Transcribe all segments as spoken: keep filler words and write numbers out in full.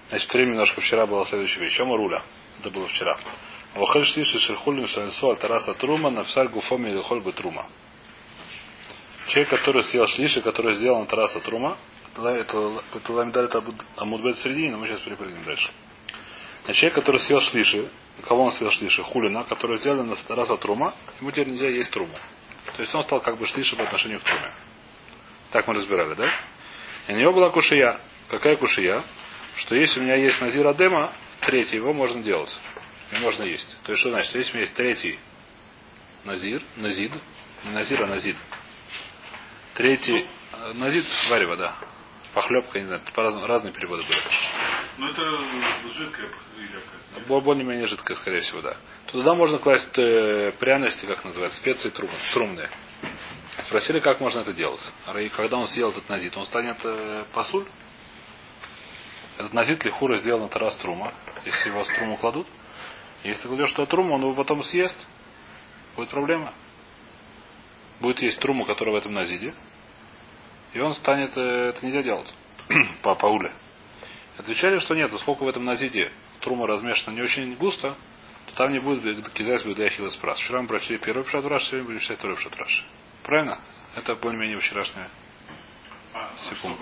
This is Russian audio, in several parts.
Значит, время немножко вчера была следующая вещь. Чем руля? Это было вчера. Вохель шлиши шерхулин шальсу альтараса трума навсаль гуфоми или холь бы трума. Человек, который съел шлиши, который сделал альтараса трума, это, это ламидаль, это амудбет в середине, но мы сейчас перепрыгнем дальше. Значит, человек, который съел шлиши, кого он съел шлиши? Хулина, который сделал на альтараса трума, ему теперь нельзя есть труму. То есть он стал как бы шлиши по отношению к труме. Так мы разбирали, да? И у него была кушия. Какая кушия? Что если у меня есть назир адема, третий, его можно делать. Его можно есть. То есть что значит? Если у меня есть третий назир, назид, не назир, а назид. Третий, назид, варево, да. Похлебка, не знаю, по разным, разные переводы были. Ну это жидкая или более-менее жидкая, скорее всего, да. Туда можно класть э, пряности, как называется, специи трум, трумные. Спросили, как можно это делать. И когда он съел этот назид, он станет э, пасуль. Этот назид лихура сделан на тарас трума. Если его с труму кладут. Если ты кладешь туда труму, он его потом съест. Будет проблема. Будет есть труму, которая в этом назиде. И он станет, э, это нельзя делать. по пауле. Отвечали, что нет, поскольку в этом назиде трума размешана не очень густо, то там не будет кизайс для хилоспрас. Вчера мы прочли первый пшат Раши, сегодня будем читать второй пшат Раши. Правильно? Это более-менее вчерашняя а, секунда.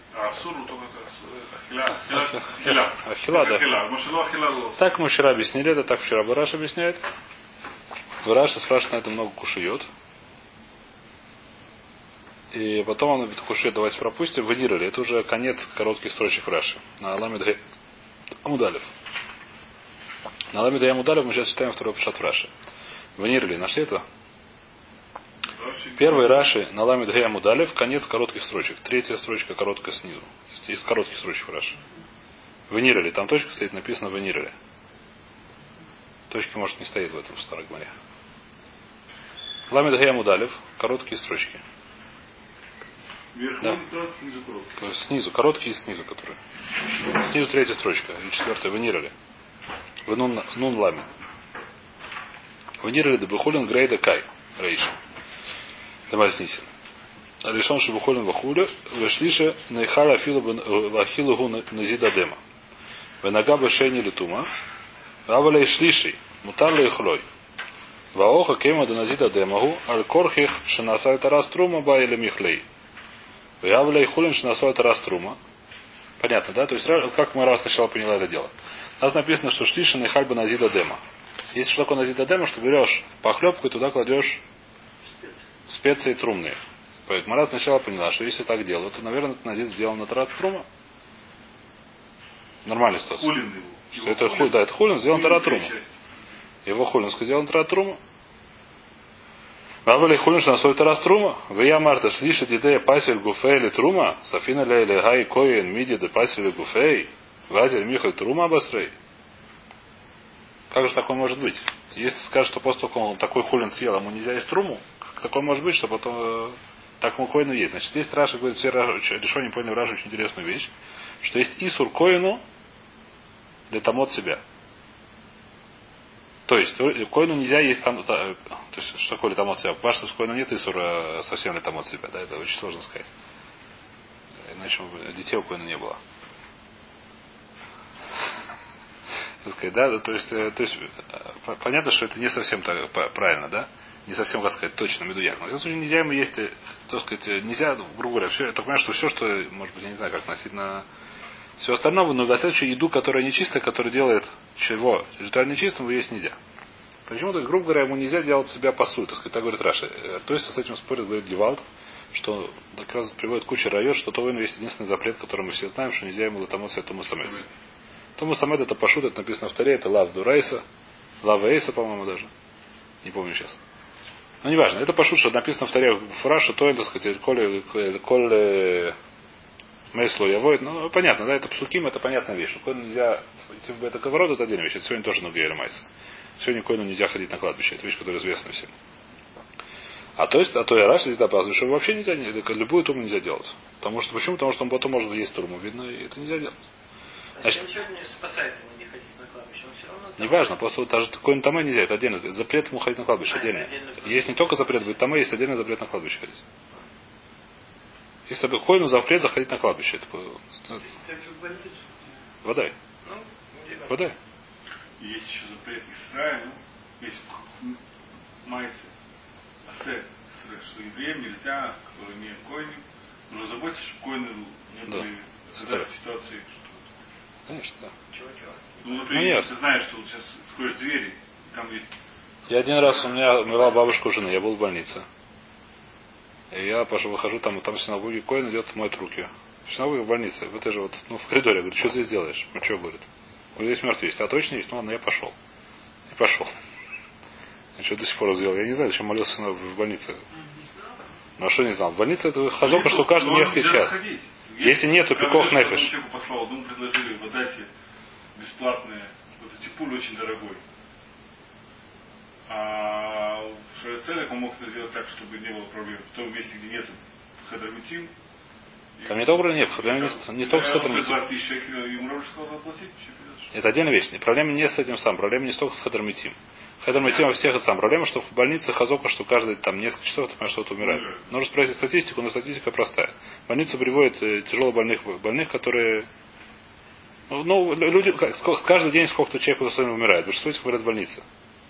Ахила, да. Так мы вчера объяснили, это так вчера Бараш объясняет. Бараша спрашивает на это много кушает. И потом он эту кушает, давайте пропустим, вынирали. Это уже конец коротких строчек Раши. На Аламид Амудалев. На Аламид Амудалев мы сейчас читаем второй пшат Раши. Вынирали, нашли это? Первый Раши на Ламид Гей Амудалев, конец коротких строчек. Третья строчка короткая снизу. Из коротких строчек Раши. Вынирали, там точка стоит, написано вынирали. Точки, может, не стоит в этом в старой гмаре. Ламид Гей Амудалев, короткие строчки. Вверху, да. Снизу короткие. Снизу, короткие снизу, которые. Снизу третья строчка. И четвертая, вынирали. Вы нун, нун ламид. Вынирали дебухулин грейда кай. Рейша. Давай снисим. Решен шебухолин вахуля, вышлише наихаля ахилу гу назида дема. Венага бешени литума, авалей шлиши, мутар лейхлой. Ваоха кема до назида демагу, аль корхих шинасай тарас трума ба или михлей. Вявалей хулин шинасай тарас трума. Понятно, да? То есть, как мы раз сначала поняла это дело. У нас написано, что шлиши наихаль ба назида дема. Если что такое назида дема, что берешь похлебку и туда кладешь специи трумные. Поэтому Марат сначала поняла, что если так делают, то, наверное, это назид сделан на тарат трума. Нормальный ситуация. Хулин его. Что его это хулин, хулин, да, это хулин сделан тарат трума. часть. Его хулинска сделан тарат трума. Вавали хулин на свой тарат трума. Вы я марта слиша дидея пасель гуфей или трума. Сафина ля или гай коин миди де пасель гуфей. Вазель михаль трума обосрей. Как же такое может быть? Если скажут, что после того, как он такой хулин съел, ему нельзя есть труму, как такое может быть, что потом э, так ему коину есть. Значит, здесь Раша говорит, все решение поняли в Раше очень интересную вещь, что есть исур коину для тамот себя. То есть, коину нельзя есть там, то есть, что такое летамот себя? Потому что с коину нет исура совсем летамот себя, да, это очень сложно сказать. Иначе детей у коина не было. Так сказать, да, то есть, то есть, понятно, что это не совсем так правильно, да? Не совсем, как сказать, точно, медуяк. Но в этом случае нельзя ему есть, так сказать, нельзя, грубо говоря, все, я так понимаю, что все, что, может быть, я не знаю, как носить на все остальное, но достаточно еду, которая нечистая, которая делает чего? Ритуально нечистым, его есть нельзя. Почему? То есть, грубо говоря, ему нельзя делать себя посуд, так сказать, так говорит Раша. То есть, с этим спорит, говорит Гевалд, что как раз приводит куча райот, что то есть единственный запрет, который мы все знаем, что нельзя ему латамот себя тому самец. Тому самед это пашут, это написано в таре, это лав дурайса, лав эйса, по-моему, даже. Не помню сейчас. Но неважно, это пашут, что написано в таре фраз, что то, так сказать, коль, коль мейсло явоид, ну, понятно, да, это псуким, это понятная вещь. Что коину нельзя идти в это ковороду, это отдельная вещь. Это сегодня тоже нугейра майса. Сегодня коину нельзя ходить на кладбище. Это вещь, которая известна всем. А то есть, а то я раз здесь доказываю, что вообще нельзя, любую турму нельзя делать. Потому что, почему? Потому что он потом может есть турму, видно, и это нельзя делать. Значит, ничего не спасает ему не ходить на кладбище, он все равно... Неважно, просто вот даже такой тамэ нельзя, это отдельно. Запрет ему ходить на кладбище, а, отдельно. отдельно. Есть не только запрет быть тамэ, есть отдельный запрет на кладбище ходить. Если бы ходит запрет заходить на кладбище. Это... Водай. Ну, где там? Водай. Есть еще запрет Исраилю, есть майсы, асе, что евреям нельзя, которые имеют койни, но заботиться, чтобы койны не были Да. в ситуации, что... Конечно, да. Чего-чего? Ну, например, Ну, нет. если ты знаешь, что вот сейчас скроешь двери, там есть... Я один раз, у меня умерла бабушка у жены, я был в больнице. И я пошел, выхожу, там, там в синагоге Коэн идет, моет руки. В синагоге в больнице, в этой же вот, ну, в коридоре. Я говорю, что ты здесь делаешь? Ну, что, говорит? Говорит, здесь мертвый есть. А точно есть? Ну, ладно, я пошел. И пошел. Я что до сих пор сделал? Я не знаю, зачем молился в больнице. Ну, а что не знал? В больнице это хазока, что каждый несколько час. Если нету пикох нефиш. Человеку послал, ему предложили в Адасе бесплатные, вот эти пуль очень дорогой. А в Шарецелях он мог это сделать так, чтобы не было проблем. В том месте, где нет хедермитим. Там не только нет, проблема не, не только с хедермитим. двадцать тысяч шекелей, ему ровно сказал оплатить. Это отдельная вещь. Проблема не с этим сам. Проблема не столько с хедермитим. Хедермитим во всех это сам. Проблема, что в больнице хазока, что каждый там несколько часов ты что-то умирает. Нужно спросить статистику, но статистика простая. В больницу приводят э, тяжело больных, больных, которые... Ну, ну люди, каждый день сколько-то человек постоянно умирает. Большинство из них умирает в больнице.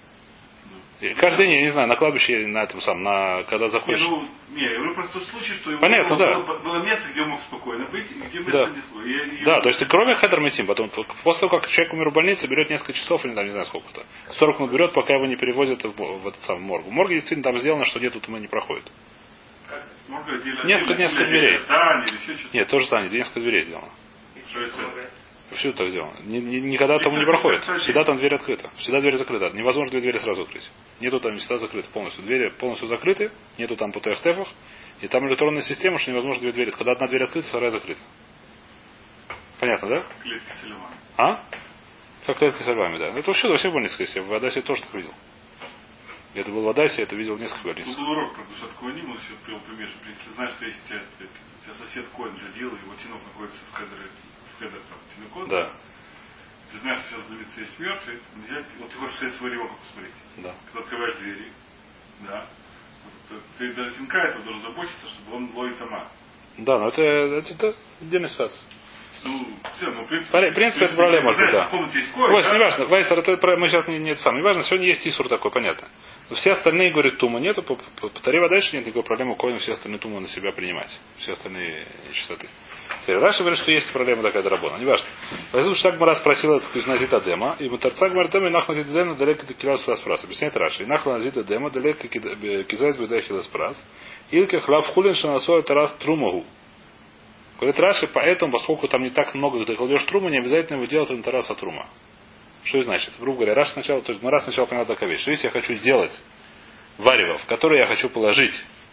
И каждый день, я не знаю, на кладбище, на этом самом, на, когда заходишь... Не, ну, не, я говорю просто случай, что ему Понятно, было, да. было, было место, где он мог спокойно быть, и где место, да. где спокойно. Я, я... Да, то есть кроме хедермитим, потом, после того, как человек умер в больнице, берет несколько часов, или там, не знаю сколько-то. сорок минут берет, пока его не перевозят в, в этот самый морг. В морге действительно там сделано, что где тут мы не проходит. Морг отдельно, Несколько, отдельно, несколько отдельно, дверей. здание, или еще что-то. Нет, тоже самое, несколько дверей сделано. Что это? Всюду так сделано. Ни, ни, никогда там не проходит. Всегда там дверь открыта. Всегда дверь закрыта. Невозможно две двери сразу открыть. Нету там всегда закрыты полностью. Двери полностью закрыты. Нету там путех-тефах. И там электронная система, что невозможно две двери. Когда одна дверь открыта, вторая закрыта. Понятно, да? Клетки с львами. А? Как клетки с львами, да. Это всюду, во всех больницах есть. Я в Адасе тоже так видел. Я это был в Адасе, я это видел в нескольких больницах. Тут был урок про Душат Коаним, он еще привел пример, что если знаешь, что если у тебя, у тебя сосед Коэн родил, и его тинок находится в хедере, в хедер там, тинокот, да. Ты знаешь, что сейчас в больнице есть мертвый, нельзя, вот ты хочешь сказать свою ревоку посмотреть. Да. Когда открываешь двери, да, вот, ты даже тинка этого должен заботиться, чтобы он ловит тома. Да, но это, это, это отдельная ситуация. Ну, все, ну, в принципе, В принципе, это проблема, может быть, да. В комнате есть коин, Вайс, да? не важно. Вайсер, это мы сейчас не, не это самое. Не важно, сегодня есть Исур такой, понятно. Но все остальные, говорят, тума нету, по, по, по Таре дальше нет никакой проблемы коина все остальные тумы на себя принимать. Все остальные нечистоты. Теперь Раша говорит, что есть проблема такая дорабона. Не важно. Поэтому что Гмара спросила Назита Дема, и Мутарца Гмара Дема, и Нах Назита Дема, далеко кидал сюда спрас. Объясняет Раша. И Нах Назита Дема, далеко кизайс бедахила спрас. Илке хлав хулин шанасой тарас трумагу. Говорит Раши, поэтому, поскольку там не так много, когда ты кладешь труму, не обязательно его делать на тараса трума. Что это значит? Грубо говоря, Раши сначала, то есть мы раз сначала понял такая вещь, что если я хочу сделать варево, в которое я хочу положить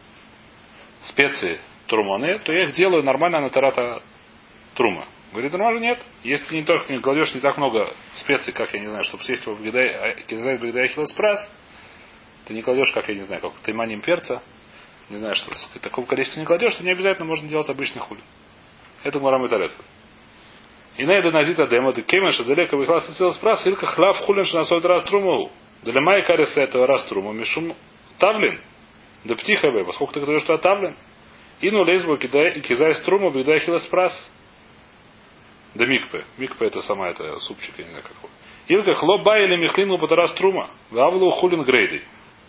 специи труманы, то я их делаю нормально на тарата трума. Говорит, нормально нет. Если не только не кладешь не так много специй, как я не знаю, чтобы съесть его в Гидай Хилоспрас, ты не кладешь, как я не знаю, как тайманим перца, не знаю, что такого количества не кладешь, то не обязательно можно делать обычный хули. Это мурам и тарец. И на это назита демо, да кеменша далеко выхлас Хилоспрас, илка хлав хулин на свой раз труму. Для май карис этого раз труму, мишум тавлин. Да птихаве, поскольку ты кладешь туда тавлин. И ну лезбу кизай струму, бедай хилоспрас. Да микпе. Микпе это сама это супчик, я не знаю какой. Илка хлоба или михлину потара струма. Вавлу хулин грейдой.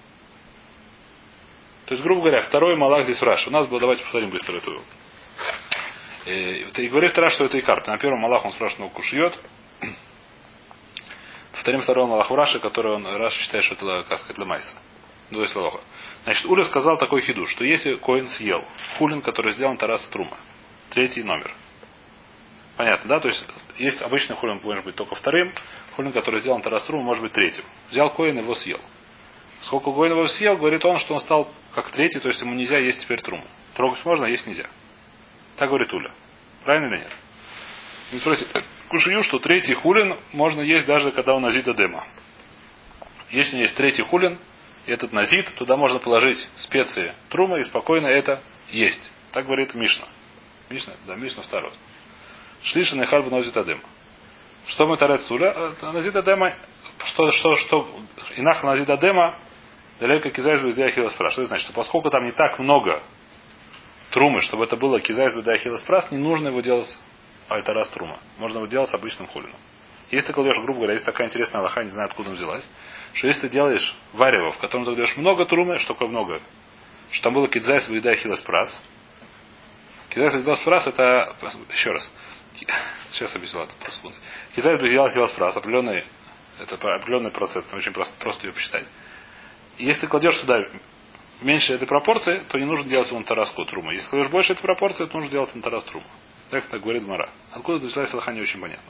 То есть, грубо говоря, второй малах здесь в Раше. У нас было, давайте повторим быстро эту. И, и говорит Раш, что это Икар. На первом малах он спрашивает, ну кушьет. Повторим второй малах в Раше, который он Раш считает, что это, как сказать, лемайса. Ну, есть лоха. Значит, Уля сказал такой хиду, что если коин съел хулин, который сделан тараса трума, третий номер. Понятно, да? То есть, есть обычный хулин, может быть только вторым, хулин, который сделан тараса трума, может быть третьим. Взял коин, его съел. Сколько коин его съел, говорит он, что он стал как третий, то есть ему нельзя есть теперь труму. Трогать можно, а есть нельзя. Так говорит Уля. Правильно или нет? Он спросит, кушаю, что третий хулин можно есть даже когда у назита дема. Если есть третий хулин, этот назит, туда можно положить специи трума и спокойно это есть. Так говорит Мишна. Мишна? Да, Мишна второй. Шлишин и харбу назит адема. Что мы тарет суля? Назит адема, что, что, что, инах назит адема, далеко кизайс бедая хилоспрас. Что это значит? Что поскольку там не так много трумы, чтобы это было кизайс бедая хилоспрас, не нужно его делать а это раз трума. Можно его делать с обычным хулином. Если ты кладешь, грубо говоря, есть такая интересная алаха, не знаю, откуда она взялась, что если ты делаешь варево, в котором ты кладешь много трумы, что такое много? Что там было кидзайс, выедай хилос прас. Кидзайс, выедай прас, это, еще раз, сейчас объясню, ладно, просто секунду. Кидзайс, выедай хилос прас, определенный, это определенный процент, очень просто, просто ее посчитать. И если ты кладешь туда меньше этой пропорции, то не нужно делать антараску труму. Если кладешь больше этой пропорции, то нужно делать антарас труму. Так так говорит Мара. Откуда это взялась алаха, не очень понятно.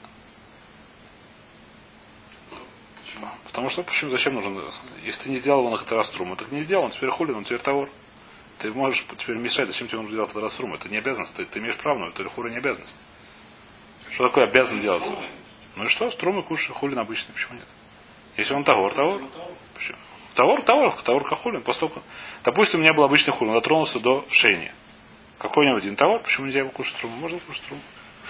Почему? Потому что почему, зачем нужен? Если ты не сделал его на антарас труму, так не сделал, он теперь хулин, он теперь товар. Ты можешь теперь мешать, зачем тебе нужно делать антарас труму? Это не обязанность, ты, ты имеешь право, но это хура не обязанность. Что такое обязан делать? Ну и что, струмы кушай, хулин обычный, почему нет? Если он товар, товар. Почему? Товар, товар, товар кахулин, поскольку. Допустим, у меня был обычный хулин, он дотронулся до шейни. Какой-нибудь один товар, почему нельзя его кушать труму? Можно кушать труму.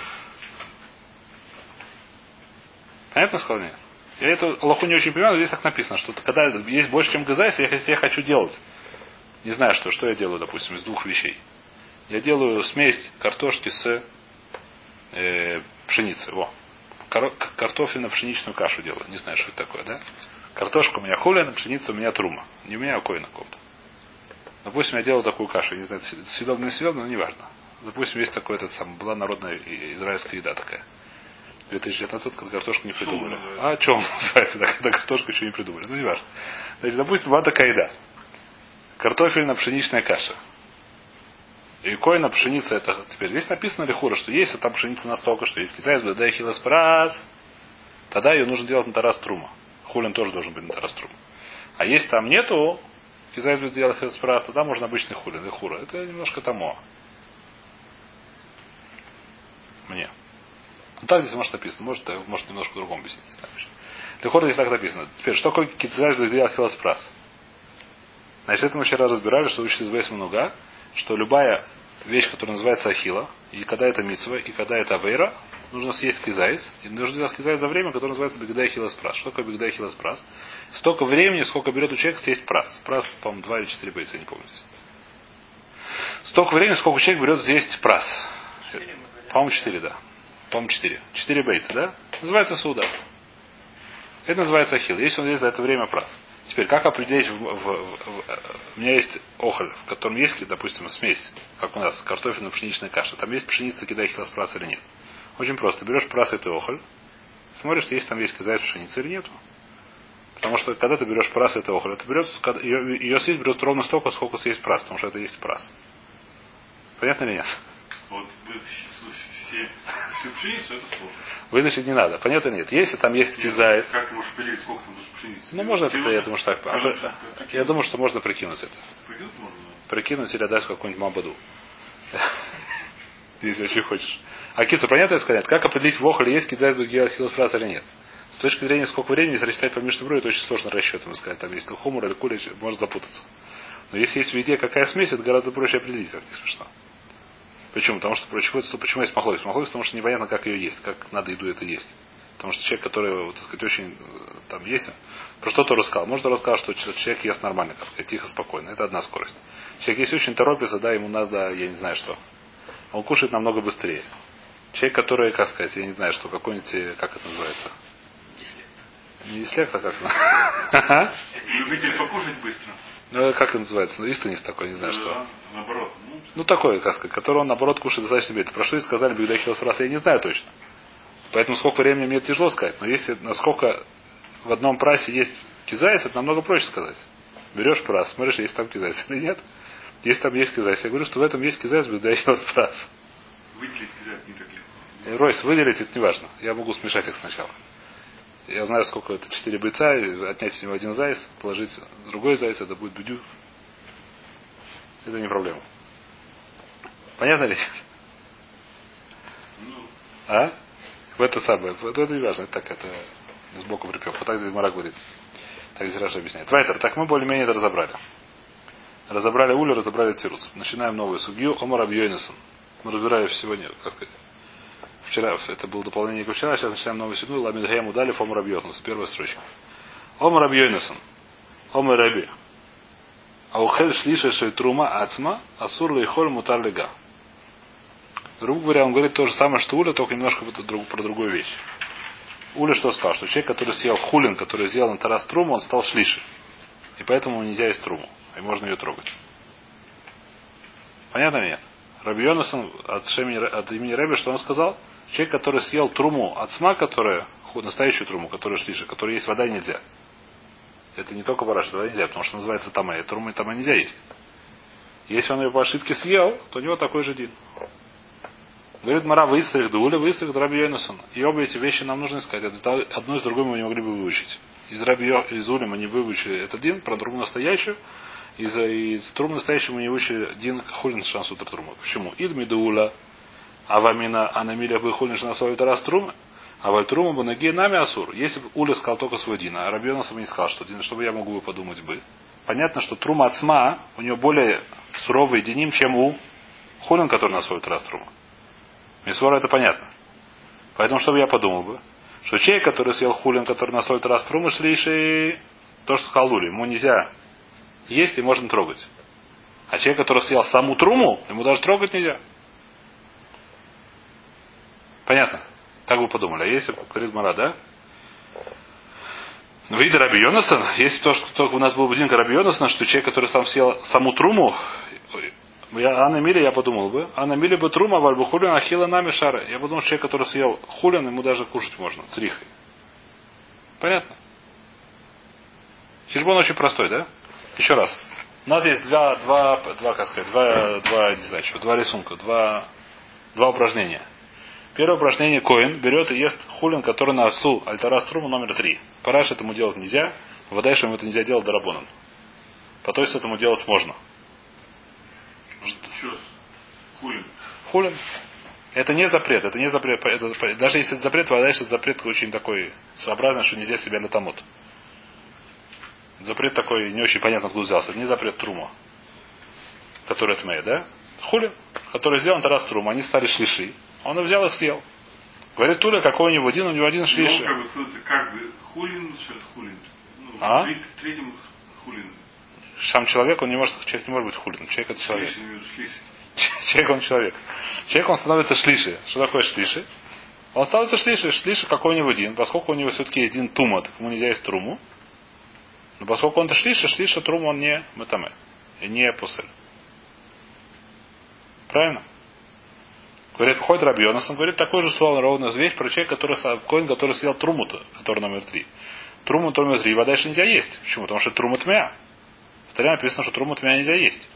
Понятно сказал нет? Я эту лоху не очень понимаю, но здесь так написано, что когда есть больше, чем газайс, если я хочу делать. Не знаю, что, что я делаю, допустим, из двух вещей. Я делаю смесь картошки с э, пшеницей. Во. Кар- картофельно-пшеничную кашу делаю. Не знаю, что это такое, да? Картошка у меня хулина, пшеница у меня трума. Не у меня, а коина какого-то. Допустим, я делал такую кашу, не знаю, съедобная, не съедобная, но неважно. Допустим, есть такой этот сам, была народная израильская еда такая. Две тысячи лет назад, когда картошку не придумали. А о чем называется, когда картошку еще не придумали? Ну, неважно. Значит, допустим, была такая еда. Картофельно-пшеничная каша. И коина пшеница это теперь. Здесь написано лихура, что если там пшеница настолько, что есть кизайс, бэдай хилас прас, тогда ее нужно делать на тарас трума. Хулин тоже должен быть на тарас трума. А если там нету кизайс бэдай хилас прас, тогда можно обычный хулин, лихура. Это немножко тамо. Мне. Ну так здесь может написано. Может, может немножко по-другому объяснить. Лихура здесь так написано. Теперь, что такое кизайс бэдай хилас прас? Значит, это мы вчера разбирали, что учит из Бейс Мануга, что любая вещь, которая называется ахила, и когда это митцва, и когда это авейра, нужно съесть кизайс, и нужно делать кизайс за время, которое называется бигдай хилас прас. Что такое бигдай хилас прас? Столько времени, сколько берет у человека съесть прас. Прас, по-моему, два или четыре бейца, я не помню. Столько времени, сколько человек берет съесть прас. По-моему, четыре, да. По-моему, четыре. Четыре бейца, да? Называется суда. Это называется ахил. Если он есть за это время прас. Теперь, как определить, в, в, в, в, у меня есть охоль, в котором есть, допустим, смесь, как у нас, картофельно-пшеничная каша. Там есть пшеница, кидай хилас прас или нет. Очень просто. Берешь прас и охоль, смотришь, есть там есть кизайс пшеница или нету. Потому что, когда ты берешь прас и охоль, это берется, ее, ее съесть берет ровно столько, сколько съесть прас, потому что это есть прас. Понятно или нет? Вот вытащить все, всю пшеницу, это сложно. Вытащить не надо. Понятно или нет? Если там есть кизайс. Как ты можешь определить, сколько там нужно пшеницы? Ну, можно это, я думаю, что так. А, я думаю, что можно прикинуть это. Прикинуть можно? Прикинуть или отдать какую-нибудь мабаду. Если очень хочешь. А кицу, понятно сказать? Как определить, в охоле есть кизайс бегиас хилос прас или нет? С точки зрения, сколько времени, если рассчитать по Мишнебру, это очень сложно расчетом сказать. Там есть хумор или кулич, может запутаться. Но если есть в еде какая смесь, это гораздо проще определить, как не смешно. Почему? Потому что почему, почему есть махлойс? Махлойс, потому что непонятно, как ее есть, как надо еду это есть. Потому что человек, который, так сказать, очень там есть, про что-то рассказал. Может, рассказал, что человек ест нормально, как сказать, тихо, спокойно. Это одна скорость. Человек, если очень торопится, да, ему надо, я не знаю что. Он кушает намного быстрее. Человек, который, как сказать, я не знаю, что какой-нибудь, как это называется? Не дислект, а как? Любитель покушать быстро. Ну, как это называется? Ну, истонис такой, не знаю, да, что. Наоборот. Ну, ну такой, как сказать, который он, наоборот, кушает достаточно бедно. Про что и сказали, бигдай хилос прас, я не знаю точно. Поэтому сколько времени мне это тяжело сказать. Но если насколько в одном прасе есть кизайс, это намного проще сказать. Берешь прас, смотришь, есть там кизайс или нет. Если там есть кизайс, я говорю, что в этом есть кизайс, бигдай хилос прас. Выделить кизайс не так легко. Ройс, выделить это не важно. Я могу смешать их сначала. Я знаю, сколько это четыре бойца, отнять из него один зайц, положить другой зайц, это будет бедю. Это не проблема. Понятно ли? Ну. А? В это самое. Это, это не важно. Это так, это сбоку припев. Вот так здесь Мара говорит. Так здесь Раша объясняет. Вайтер, так мы более-менее это разобрали. Разобрали улю, разобрали тируц. Начинаем новую судью. Омар Абьёйнесон. Мы разбирали сегодня, как сказать. Вчера, это было дополнение к вчера, сейчас начинаем новую судью. Ламидхаем удалив Омар Абьёйнесон. Первая строчка. Омар Абьёйнесон. Омар Раби. Аухель шлиша шей трума ацма, асур лейхоль мутар лега. Грубо говоря, он говорит то же самое, что Уля, только немножко про другую вещь. Уля что сказал? Что человек, который съел хулин, который сделал на тарас труму, он стал шлиши. И поэтому нельзя есть труму. И можно ее трогать. Понятно или нет? Раби Йонасон от, Шемини, от имени Рэби, что он сказал? Человек, который съел труму от сма, которая, настоящую труму, которая шлиша, которая есть вода, нельзя. Это не только бараш, вода нельзя, потому что называется тама. И труму и тама нельзя есть. Если он ее по ошибке съел, то у него такой же дин. Говорит Мара, выстрих дуля, выстрих Раби Йонасон. И оба эти вещи нам нужно искать. Одно из другой мы не могли бы выучить. Из Раби из Ули мы не выучили этот дин, про труму настоящую. Из, из трумы настоящего мы не выучили дин хулин шансутр трумы. Почему? Идми дула, авамина анамиля бы хулин шансутр раз трумы, а валь трума бы ноги нами асур. Если бы Уля сказал только свой дин, а Раби Йонасон не сказал, что дин, чтобы я могу бы подумать бы. Понятно, что трума от сма у него более суровый диним, чем у хулин, который на свой раз трума. Мисвора это понятно. Поэтому, чтобы я подумал бы, что человек, который съел хулин, который на соль раз трумы шлиши, то, что сказал Ули, ему нельзя есть и можно трогать. А человек, который съел саму труму, ему даже трогать нельзя. Понятно? Так вы подумали. А если говорит Мара, да? Видит Раби Йонасон, если то, что у нас был один Раби Йонасон, что человек, который сам съел саму труму, я, Анна Миля, я подумал бы, Анна Миля бы трума, вальбу хулин, ахила нами шара. Я подумал, что человек, который съел хулин, ему даже кушать можно, црихой. Понятно? Хижбон очень простой, да? Еще раз. У нас есть два, два, два, как сказать, два, два, не знаю, что, два рисунка, два, два упражнения. Первое упражнение Коин берет и ест хулин, который на осу альтара струму номер три. Параш этому делать нельзя, в Адайше ему это нельзя делать дарабонан. По той этому делать можно. Еще раз. Хулин. Хулин. Это не запрет, это не запрет. Это, даже если это запрет, Адайше запрет очень такой своеобразный, что нельзя себя летамут. Запрет такой не очень понятно, откуда взялся. Это не запрет трума, который от Мэй, да? Хулин, который сделан тарас трума, они стали шлиши. Он взял и съел. Говорит Туля, какой у него один, у него один шлиши. Ну, как бы, как бы хулин, что это хулин. Ну, а? В третьем хулин. Сам человек, он не может, человек не может быть хулин. Человек это человек. Человек он человек. Человек он становится шлиши. Что такое шлиши? Он становится шлиши. Шлиши какой-нибудь один. Поскольку у него все-таки есть один тума, так ему нельзя есть труму. Но поскольку он-то шлиша, шлиша труму он не метаме. И не пусель. Правильно? Говорит, ходит Раби Йонасон, говорит такой же слово ровную вещь про человека, который, коин, который съел труму-то, который номер три. Труму номер три, вода еще нельзя есть. Почему? Потому что труму тмя. В Таре написано, что труму тмя нельзя есть.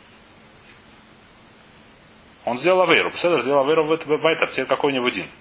Он сделал авейру. Пседер сделал авейру в вайтер, теперь какой-нибудь один.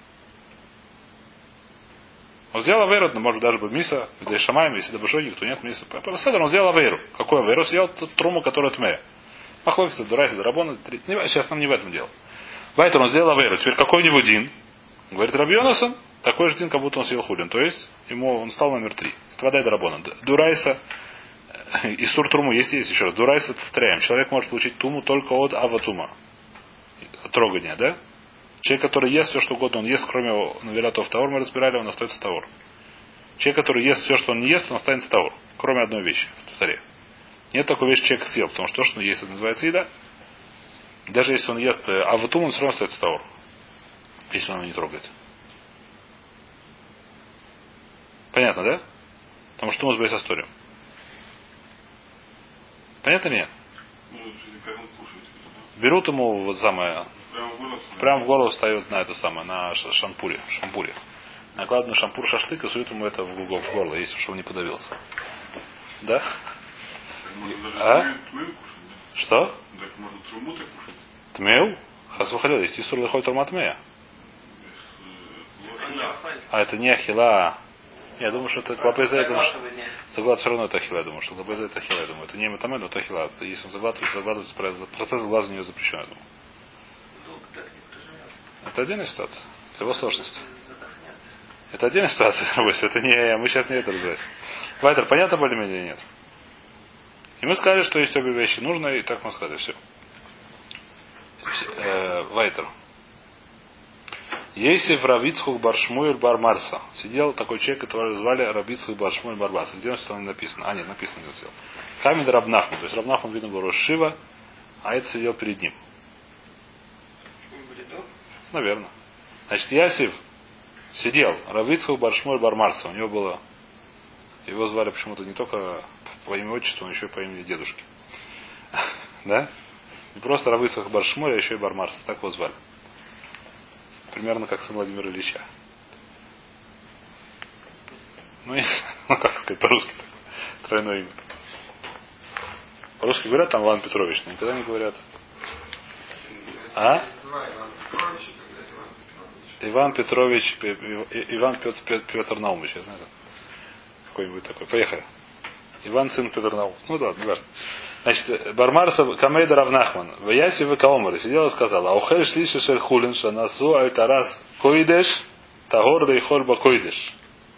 Он сделал авейру, но может даже бы миса, да и шамаем, если до башоги, то нет миса. Пседер он сделал авейру. Какой авейру? Съел труму, которая тмя. Махлокиса, дурайся, дарабона. Сейчас нам не в этом дело. Вайтер он сделал авейру. Теперь какой-нибудь дин. Говорит Раби Йонасон, такой же дин, как будто он съел хулин. То есть, ему он стал номер три. Это вода и дарабона. Дурайса и сур труму. Есть, есть еще раз. Дурайса, повторяем. Человек может получить туму только от аватума. От трогания, да? Человек, который ест все, что угодно, он ест, кроме навелятов таур, мы разбирали, он остается таур. Человек, который ест все, что он не ест, он останется таур. Кроме одной вещи в царе. Нет такой вещи, человек съел, потому что то, что он ест, это называется еда. Даже если он ест аватум, он все равно остается таур. Если он его не трогает. Понятно, да? Потому что мы с историей. Понятно или нет? Берут ему вот самое. Прямо в голову встает на это самое, на шампуре. шампуре. Накладывают на шампур шашлык и суют ему это в горло, если чтобы он не подавился. Да? А? Что? Так можно труму так кушать? Тмеу? Хас выходил, есть исур лихой торматмея. А это не ахила. Я думаю, что это глапеза, я думаю, что заглад все равно это ахила, я думаю, что глапеза это ахила, я думаю. Это не метаме, но это ахила. Если он заглатывает, заглатывается, процесс заглазывания запрещен, я думаю. Это отдельная ситуация. Это его сложность. Это отдельная ситуация, это не, мы сейчас не это разбирать. Вайтер, понятно более-менее или нет? И мы сказали, что есть обе вещи нужно, и так мы сказали, все. Э, Вайтер. Если в Равицхух Баршмуэль Бармарса сидел такой человек, которого звали Равицхух Баршмуэль Бармарса. Где он что там написано? А, нет, написано где он сидел. Хамид Рабнахман. То есть Рабнахман, видно, был Рошива, а это сидел перед ним. Наверное. Значит, Ясив сидел, Равицху Баршмоль Бармарса. У него было... Его звали почему-то не только по имени отчеству, но еще и по имени дедушки. Да? Не просто Равицху Баршмоль, а еще и Бармарса. Так его звали. Примерно как сын Владимира Ильича. Ну, и, ну как сказать, по-русски так. Тройное имя. По-русски говорят там Иван Петрович, но никогда не говорят. А? Иван Петрович, Иван Петр, Петр, Петр Наумович, я знаю. Какой-нибудь такой. Поехали. Иван сын Петр Наумович. Ну да, не важно. Значит, Бармарса Камейда Равнахман. В Яси в Каомаре сидела и сказала: Аухель шлиши шерхулин шанасу альтарас койдеш тагорда и хольба койдеш.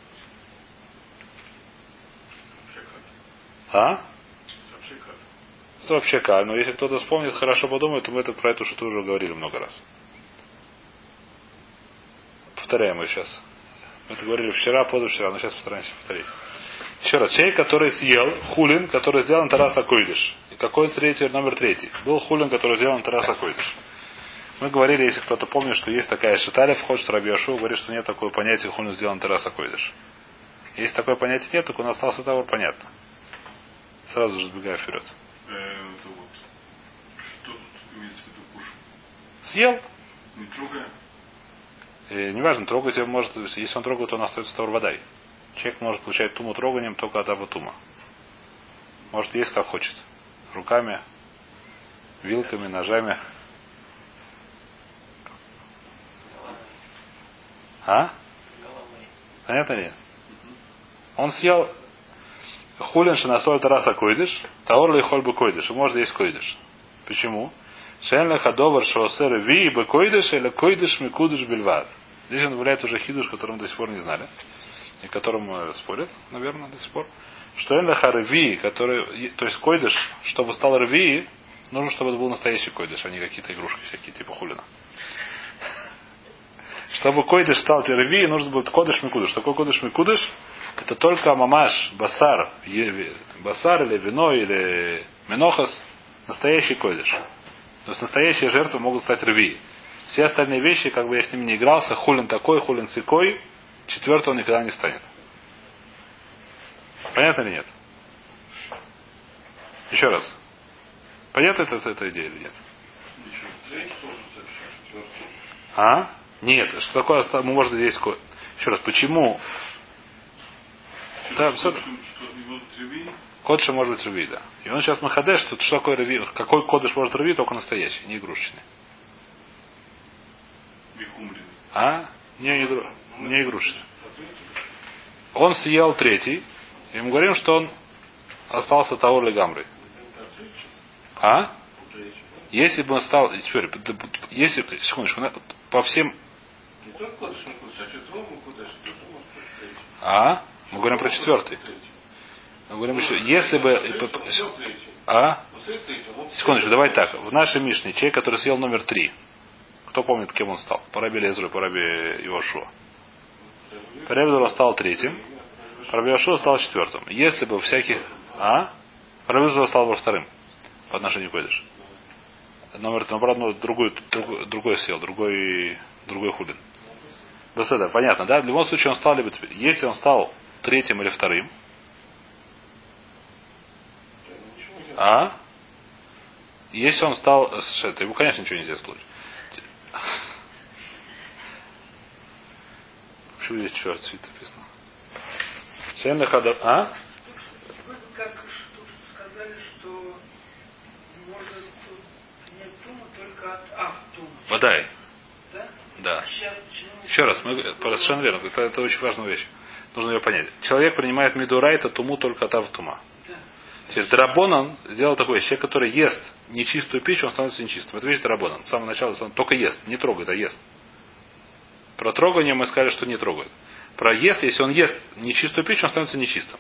А? Это вообще как? Но если кто-то вспомнит, хорошо подумает, то мы это, про эту шуту уже говорили много раз. Повторяем ее сейчас. Мы это говорили вчера, позавчера, но сейчас постараемся повторить. Еще раз. Человек, который съел хулин, который сделан тараса койдыш. И какой третий, номер третий? Был хулин, который сделан тараса койдыш. Мы говорили, если кто-то помнит, что есть такая шиталя, вход, что Раби Йошуа говорит, что нет такого понятия хулин сделан тараса койдыш. Если такое понятие нет, так у нас остался того понятно. Сразу же сбегая вперед. Это вот. Что тут имеется в виду кушать? Съел. Не трогая? И неважно, трогать его может, если он трогает, то он остается товар водай. Человек может получать туму троганием только от аба тума. Может есть как хочет. Руками, вилками, ножами. А? Понятно ли? Он съел хулин шинасоль тараса койдыш, таор ли холь бы койдыш. И может есть койдыш. Почему? Шен лехадовар шоосер ви бы койдыш или койдыш микудыш бельват. Здесь он является уже хидуш, который мы до сих пор не знали. И которым спорят, наверное, до сих пор. Что Эн Лехарви, который, то есть койдыш, чтобы стал рви, нужно, чтобы это был настоящий койдыш, а не какие-то игрушки всякие, типа хулина. Чтобы койдыш стал рви, нужно будет кодыш микудыш. Что такое кодыш микудыш? Это только мамаш, басар, басар или вино, или менохас, настоящий койдыш. То есть настоящие жертвы могут стать рви. Все остальные вещи, как бы я с ними не игрался, хулин такой, хулин сякой, четвертого никогда не станет. Понятно или нет? Еще раз. Понятна эта, эта идея или нет? А? Нет. Что такое? Может здесь... Еще раз. Почему? Да, все... Кодыш может быть рви, да. И он сейчас махадеш, что, что такое рви, какой кодыш может рви, только настоящий, не игрушечный. А? Не, игру... не игрушечный. Он съел третий, и мы говорим, что он остался того ли гамры. А? Если бы он стал... Теперь, если... Секундочку, по всем... А? Мы говорим про четвертый. Мы говорим еще, если бы... А? Секундочку, давай так. В нашей Мишне человек, который съел номер три. Кто помнит, кем он стал? По Раби Лезеру, по Раби Йошуа. По Раби Лезеру стал третьим. По Раби Йошуа стал четвертым. Если бы всяких... А? По Раби Лезеру стал во вторым. По отношению к Койдыш. Номер, наоборот, другой, другой, другой съел, другой, другой хулин. Беседа, понятно, да? В любом случае он стал либо... Если он стал третьим или вторым, а? Если он стал... Это, ему, конечно, ничего нельзя слушать. Почему здесь черт цвет написано? Сенна хада... А? Как тут сказали, что может не тума, только от автума. Водай. Да? Да. Сейчас, Еще раз, мы, совершенно верно, это, это очень важная вещь. Нужно ее понять. Человек принимает мидурайта туму только от автума. Да. Теперь Драбонан сделал такое. Человек, который ест нечистую пищу, он становится нечистым. Это вещь Драбонан. С самого начала он только ест. Не трогает, а ест. Про трогание мы сказали, что не трогает. Про ест, если он ест нечистую пищу, он становится нечистым.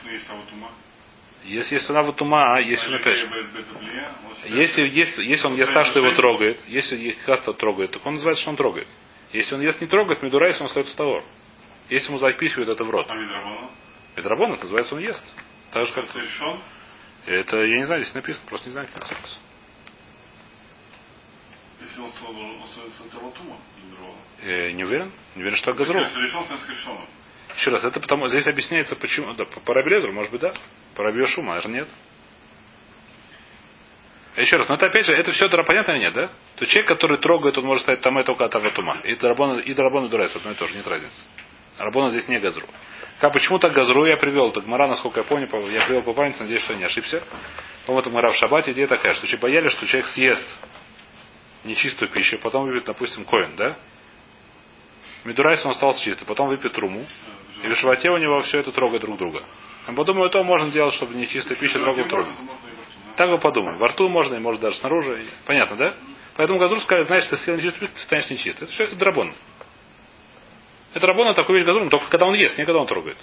Если есть она вот ума, а если он опять. Если, если, если он ест так, что его трогает, если ест так, трогает, так он называется, что он трогает. Если он ест не трогает, медурайс, он остается товар. Если ему запихивают это в рот. А медрабон, это называется, он ест. Так же, как... Это, я не знаю, здесь написано, просто не знаю, как написано. если он стал, он становится царотума, э, не уверен? Не уверен, что Газру. Решен с решенным. Еще раз, это потому, здесь объясняется, почему, да, по Рабелезеру, может быть, да? По Раби Йошуа, наверное, нет. Еще раз, но это опять же, это все это понятно или нет, да? То человек, который трогает, он может стать тамэ только от аватума. И Дарабона, и Дарабона Дурайс, одно и то же, нет разницы. Рабона здесь не Газру. Как, почему так Газру я привел? Так Мара, насколько я помню, я привел по памяти, надеюсь, что я не ошибся. По-моему, это Мара в Шаббате, идея такая, что боялись, что человек съест нечистую пищу, потом выпьет, допустим, коин, да? Медурайс он остался чистый, потом выпьет труму, и в животе у него все это трогает друг друга. Я подумаю, то можно делать, чтобы нечистая пища трогала труму. Так вы подумаем. Во рту можно, и может даже снаружи. Понятно, да? Поэтому Газру сказали, знаешь, ты съел нечистую пищу, ты станешь нечистым. Это все это драбон. Это рабона такой вещь Газру, только когда он ест, не когда он трогает.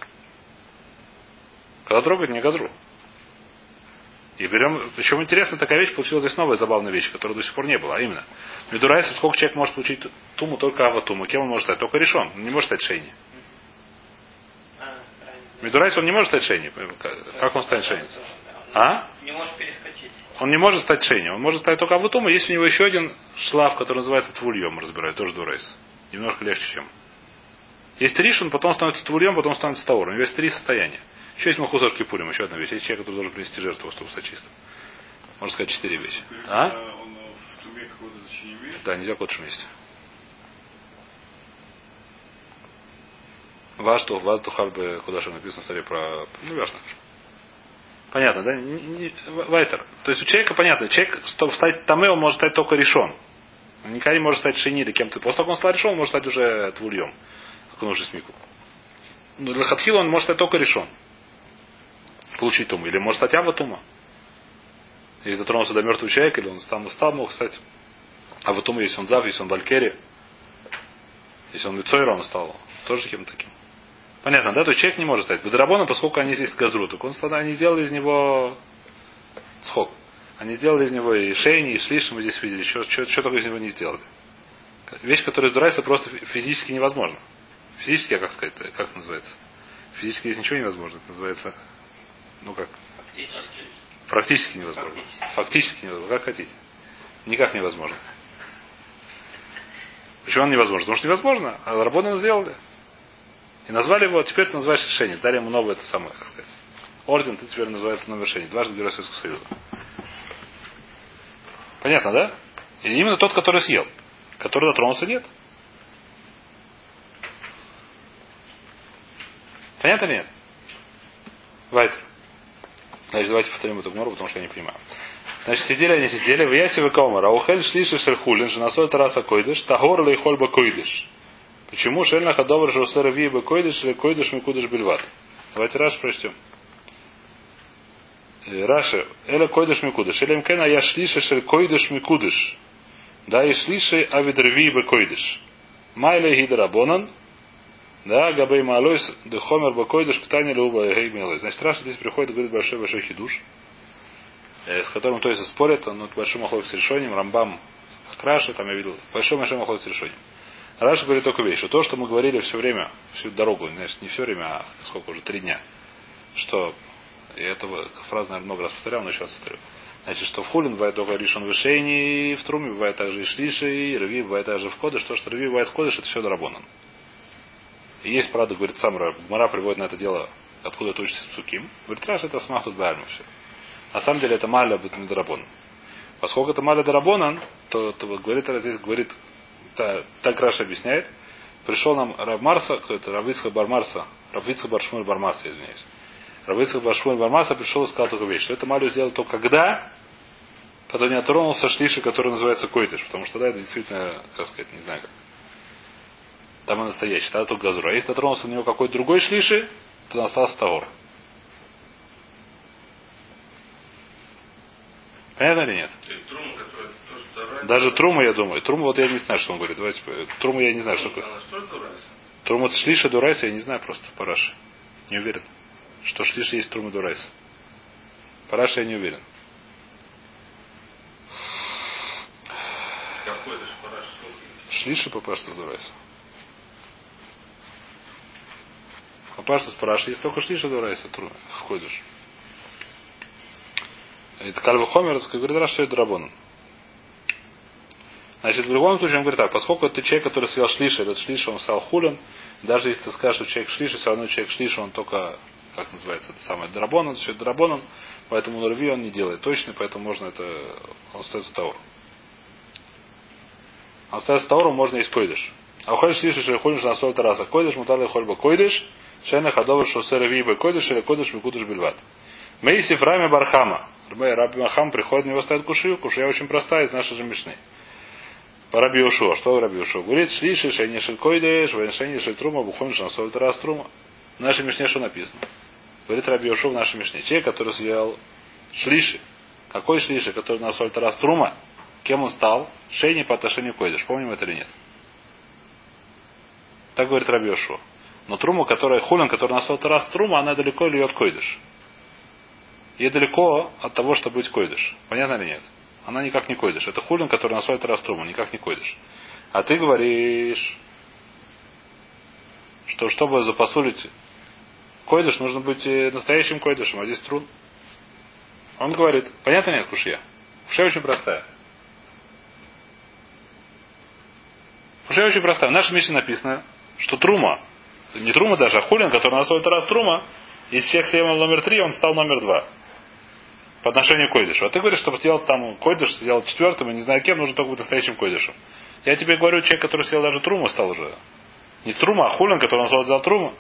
Когда трогает, не Газру. И берем, причем интересно, такая вещь, получилась здесь новая забавная вещь, которая до сих пор не было, а именно. Медурайса, сколько человек может получить туму, только аватуму. Кем он может стать? Только решен. Он не может стать шейни. Медурайса он не может стать шейни. Как он станет шейни? А? Не может перескочить. Он не может стать шейни. Он может стать только аватуму. Есть у него еще один шлаф, который называется твульем, мы разбираем, тоже дурайс. Немножко легче, чем. Есть ришон, потом становится твульем, потом становится тауром. У него есть три состояния. Еще есть махусар кипурим, еще одна вещь. Есть человек, который должен принести жертву, чтобы стать чистым. Можно сказать, четыре вещи. А? Он в туме какое-то значение имеет? Да, нельзя в лучшем месте. Ваш то, вас тухар бы, куда же написано в столе про... Ну, ясно. Понятно, да? Вайтер. То есть у человека, понятно, человек, чтобы стать тамэ, он может стать только решен. Он никогда не может стать шини или кем-то. После того, как он стал решен, он может стать уже твульем. Как он уже смику. Но для хатхила он может стать только решен. Получить туму. Или может стать аватума. Если дотронулся до мертвого человека, или он там стал, мог стать аватума, если он зав, если он балькери. Если он лицойра, он стал тоже кем-то таким. Понятно, да? То есть человек не может стать. Бедрабона, поскольку они здесь газру, так он, они сделали из него схок. Они сделали из него и шейни, и шлиш, мы здесь видели. Что, что, что такое из него не сделали? Вещь, которая издурается, просто физически невозможно. Физически, а как сказать, как это называется? Физически здесь ничего невозможно. Это называется, ну как? Фактически. Практически невозможно. Фактически, Фактически невозможно. Как хотите. Никак невозможно. Почему он невозможно? Потому что невозможно. А Рабоны сделали. И назвали его, теперь ты называешь решение. Дали ему новое это самое, как сказать. Орден, ты теперь называется новое решение. Дважды Герой Советского Союза. Понятно, да? И именно тот, который съел. Который дотронулся, нет. Понятно или нет? Вайтер. Значит, давайте повторим эту гмору, потому что я не понимаю. Значит, сидели они, сидели, в Ясиве Каумара, Аухель шлиши шерхулин, женасой тараса койдыш, тагор лей хольба койдыш. Почему шельна хадовар шеусера виба койдыш, или койдыш микудыш бельват? Давайте Раш прочтем. Раши, эля койдыш микудыш, или мкена я шлиши шель койдыш микудыш. Да, и шлиши авидрви бы койдыш. Майле гидрабонан, да, габей малойс, дехомер бакойдыш, ктани люба геймелой. Значит, Раша здесь приходит и говорит большой-большой хидуш, с которым то есть спорят, он к большому охоту с решением, Рамбам Краши, там я видел, большой-большой охоту с решением. Раша говорит только вещь, что то, что мы говорили все время, всю дорогу, значит, не все время, а сколько уже, три дня, что, и эту фразу, наверное, много раз повторял, но сейчас повторю. Значит, что в хулин бывает только решен в решении, в труме бывает также и шлиши, и рви бывает также в кодыш, то, что рви бывает в кодыш, это все дорабонан. И есть, правда, говорит сам Мара приводит на это дело, откуда это учится Цуким. Говорит, Раш, это смахтут баарму все. На самом деле это маля бетмидрабон. Поскольку это маля дарабонан, то, то говорит, здесь говорит, та, так Раш объясняет, пришел нам Рав Марса, кто это, Равицхак Бармарса, Равицхак Баршмуль Бармаса, извиняюсь. Равицхак Баршмуль Бармаса пришел и сказал такую вещь, что это малю сделал только когда, когда не отронулся шлиши, который называется койдыш, потому что да, это действительно, как сказать, не знаю как. Там и настоящий, тогда только газур. А если дотронулся на него какой-то другой шлиши, то он остался тагор. Понятно или нет? Трума, которая тоже Даже трума, я думаю. Трума, вот я не знаю, что он говорит. Давайте, трума я не знаю, что такое. Трума шлиша дурайса, я не знаю просто по Раши. Не уверен, что шлиша есть трума дурайса. По Раши я не уверен. Какой даже по Раши? Шлиша по Пашту дурайса. По Пашту с Параши есть только шлиша дурайса входишь. Это Кальва Хомер, говорит, Раш, что это драбоном. Значит, в любом случае он говорит так, поскольку это человек, который съел шлиша, этот шлиша, он стал хулин, даже если ты скажешь, что человек шлиша, все равно человек шлиша, он только, как называется, это самое, драбонан, все это драбонан, поэтому на рви он не делает точно, поэтому можно это, он остается таур. Он остается тауром, можно есть койдыш. А уходишь шлиша, что ходишь на соль тараса койдыш, мутали хольба койдыш, шена ходовар шосер виба койдыш, или койдыш микудыш бельват. Мейсиф рами бархама. Раби Махам приходит, на него ставит кушию. Кушия очень простая, из нашей же мишны. По Раби Йошуа. Что Раби Йошуа говорит? Шлиши, шейни шелькойдеш, веншейни шельтрума, бухониш на соль тарас трума. В нашей мишне что написано? Говорит Раби Йошуа в нашей мишне. Человек, который съел шлиши. Какой шлиши, который на соль тарас трума? Кем он стал? Шейни по отношению к койдеш. Помним это или нет? Так говорит Раби Йошуа. Но трума, которая хулин, который на соль тарас трума, она далеко льет койдеш. Ей далеко от того, чтобы быть койдыш. Понятно или нет? Она никак не койдыш. Это хулин, который на соль тарас трума, никак не койдыш. А ты говоришь, что чтобы запосулить койдыш, нужно быть настоящим койдышем, а здесь трун. Он говорит, понятно нет, кушья? Кушья очень простая. Кушья очень простая. В нашей миссии написано, что трума, не трума даже, а хулин, который на соль тарас трума, из всех съемов номер три, он стал номер два. По отношению к койдышу. А ты говоришь, чтобы сделать там койдыш, сделать четвертым, и не знаю кем, нужно только быть настоящим койдышем. Я тебе говорю, человек, который съел даже труму, стал уже. Не трума, а хулин, который он сделал труму.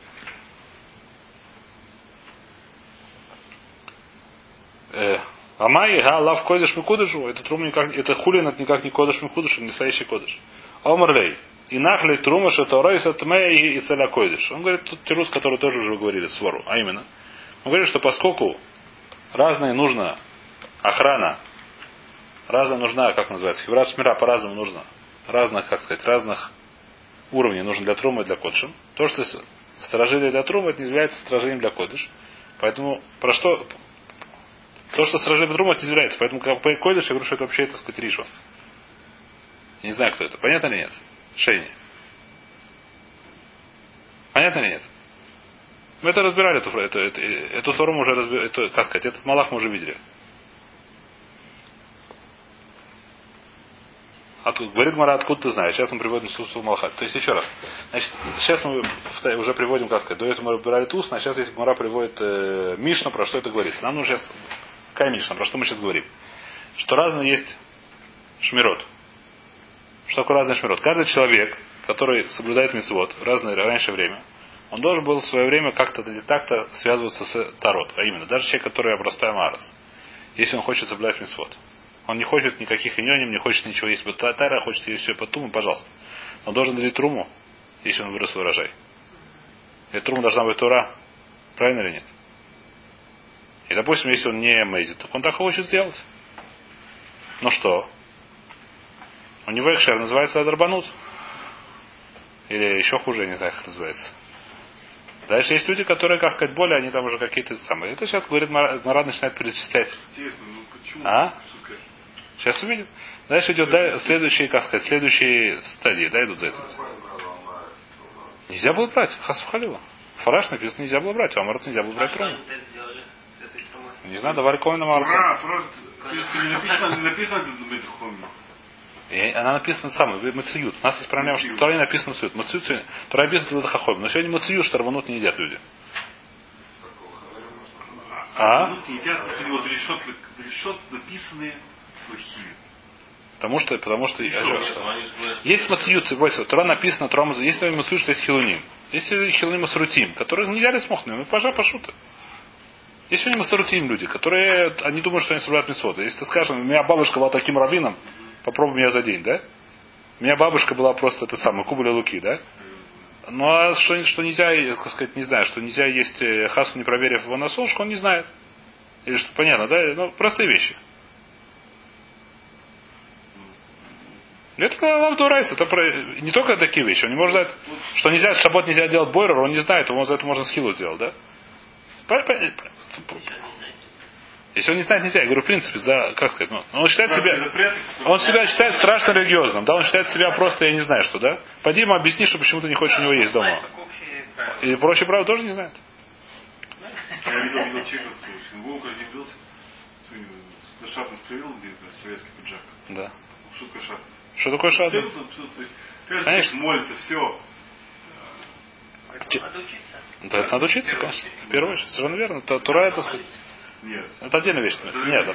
Амай, га, лав койдыш микудышу. Это трум никак, это хулин, это никак не койдыш микудыш, это настоящий койдыш. Омрлей. И нахли трума, что торой сатмея и целя койдыш. Он говорит, тут тирус, который тоже уже говорили, свору. А именно. Он говорит, что поскольку разные нужно охрана, разная нужна, как называется, хеврат шмира по-разному нужно, разных, как сказать, разных уровней нужно для трумы и для кодшим. То, что сторожили для трумы, это не является сторожением для кодыш. Поэтому, про что, то, что сторожили для трумы, это не является. Поэтому, как по кодыш, я говорю, что это вообще, так сказать, ришу. Не знаю, кто это. Понятно или нет? Шейни. Понятно или нет? Мы это разбирали, эту, эту, эту, эту сору мы уже разбирали, эту, как сказать, этот малах мы уже видели. От, говорит Гмара, откуда ты знаешь? Сейчас мы приводим Сусу Малха. То есть еще раз. Значит, сейчас мы уже приводим, как сказать, до этого мы разбирали устно, а сейчас если Гмара приводит э, Мишну, про что это говорится. Нам нужно сейчас, какая Мишна, про что мы сейчас говорим? Что разные есть шмирот. Что такое разный шмирот? Каждый человек, который соблюдает мицвот в разное раньше время, он должен был в свое время как-то или так-то связываться с Тарот. А именно, даже человек, который простой Марас. Если он хочет соблюдать мицвот. Он не хочет никаких иньоним, не хочет ничего есть. Тайра хочет есть все по туму, пожалуйста. Он должен дарить труму, если он вырос урожай. И трума должна быть тура. Правильно или нет? И, допустим, если он не мейзит, то он так хочет сделать. Ну что? У него экшер называется адарбанут. Или еще хуже, я не знаю, как это называется. Дальше есть люди, которые, как сказать, более, они там уже какие-то самые. Это сейчас, говорит, Марад начинает перечислять. Интересно, ну почему? А? Сейчас увидим. Дальше идет да, следующие, как сказать, следующие стадии, да, идут за этим. Нельзя было брать. Хасфхалила. Фараш написано, нельзя было брать. А Марат нельзя было брать труму. Не знаю, давали коина Марат. Не написано И она написана самой, мациют. У нас есть проблема, что в Торе написано мациют. Мациют, Тора написано хахом. Но сегодня мациют, что рванут не едят люди. А? Вот решет написанные плохие. Потому что, потому что, есть мациют, Тора написано, Тора, есть мациют, что есть хилуним. Есть хилуним асрутим, которые нельзя ли смохнуть. Пожа, пошута. Есть сегодня масарутим люди, которые, они думают, что они соблюдают мицвот. Если ты скажешь, у меня бабушка была таким раввином, попробуй меня за день, да? У меня бабушка была просто это самое, кубуля луки, да? Ну а что, что нельзя, так сказать, не знаю, что нельзя есть хасу, не проверив его на солнышко, он не знает. Или что, понятно, да? Ну, простые вещи. Это лавдурайс, это про... не только такие вещи. Он не может знать, что нельзя, шаббат нельзя делать бойрер, он не знает, он за это можно скиллу сделать, да? Если он не знает, нельзя. Я говорю, в принципе, за, как сказать, ну, он считает себя, он себя считает страшно религиозным, да, он считает себя просто, я не знаю, что, да. Пойди ему объясни, что почему ты не хочешь у него есть дома. И прочие правила тоже не знает. Я видел, видел человека, кто в синагогу родился, на шапку привел где-то, советский пиджак. Да. Шутка шапка. Что такое шадус? Конечно. Молится, все. Надо учиться. Да, это надо учиться, конечно. В первую очередь. Совершенно верно. Тура это сказать. Нет. Это отдельная вещь. Нет.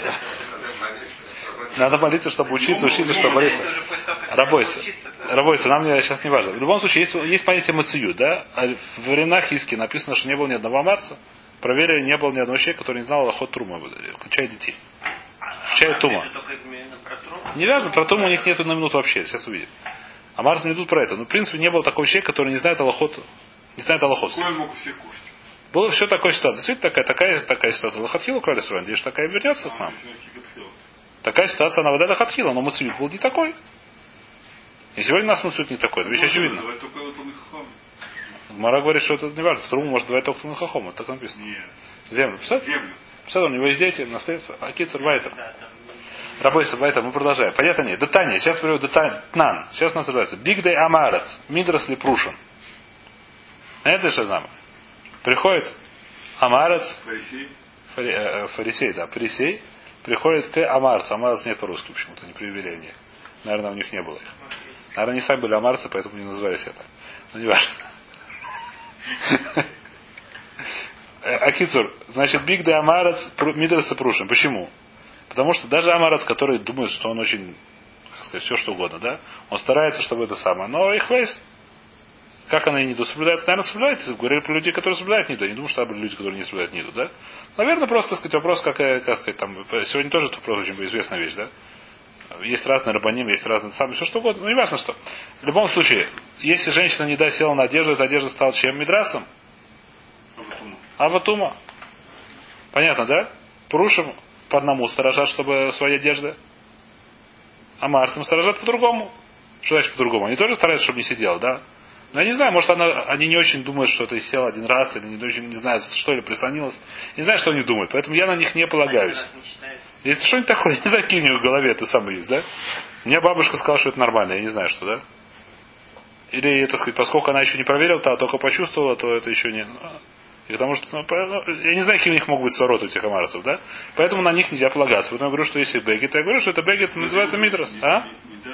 Надо молиться, чтобы учиться, учиться, чтобы молиться. Рабойся. Рабойся, нам сейчас не важно. В любом случае, есть, есть понятие мацию, да? А в временах Хиски написано, что не было ни одного амарца. Проверили, не было ни одного человека, который не знал алахот Трума, включая детей. Включая Тума. Не важно, про Туму у них нету на минуту вообще, сейчас увидим. Амарцы не идут про это. Но в принципе не было такого человека, который не знает алахот. Не знает алахот. Какой мог всех кушать? Было все такая ситуация. Действительно такая, такая, такая ситуация. Лохатхила украли с Где же такая вернется к нам? Такая ситуация, она вода лохатхила, но муцуют был не такой. И сегодня у нас муцуют не такой. Это вещь очевидна. Мара говорит, что это не важно. Труму может давать только на хахом. Это так написано. Нет. Землю. Представляете? Землю. Представляете, у него есть дети, наследство. А кицер вайтер. Рабойся, вайтер, мы продолжаем. Понятно нет. Детание. Сейчас приведу детань. Тнан. Сейчас называется. Биг дей амарец. Мидрас ли прушен. Это что знамя? Приходит амарец. Фарисей. Фари, э, фарисей, да. Фарисей. Приходит к амарцу. Амарец нет по-русски почему-то. Не привели они. Наверное, у них не было их. Наверное, они сами были амарцы, поэтому не назывались это. Но не важно. Акицур, значит, биг де амарец мидраса прушим. Почему? Потому что даже амарец, который думает, что он очень, как сказать, все что угодно, да, он старается, чтобы это самое. Но их вейс, как она и ниду соблюдает, наверное, соблюдает. Говорили про людей, которые соблюдают ниду. Я не думаю, что были люди, которые не соблюдают ниду, да? Наверное, просто, так сказать, вопрос, как, как сказать, там, сегодня тоже это очень известная вещь, да? Есть разные рабаним, есть разные сами, все что угодно. Ну, не важно что. В любом случае, если женщина не дай села на одежду, эта одежда стала чем? Мидрасом? Аватума. Понятно, да? Прушим по одному сторожат, чтобы свои одежды. А Марсом сторожат по-другому. Что значит по-другому? Они тоже стараются, чтобы не сидела, да? Но я не знаю, может она, они не очень думают, что ты сел один раз, или не очень не знают, что ли, прислонилась. Не знаю, что они думают, поэтому я на них не полагаюсь. Если что-нибудь такое, не знаю, какие у них в голове, это самое есть, да? Мне бабушка сказала, что это нормально, я не знаю, что, да? Или, так сказать, поскольку она еще не проверила, а только почувствовала, то это еще не... И потому что, ну, я не знаю, какие у них могут быть свороты этих амарцев, да? Поэтому на них нельзя полагаться. Поэтому я говорю, что если бегет, я говорю, что это бегет называется мидрас. А?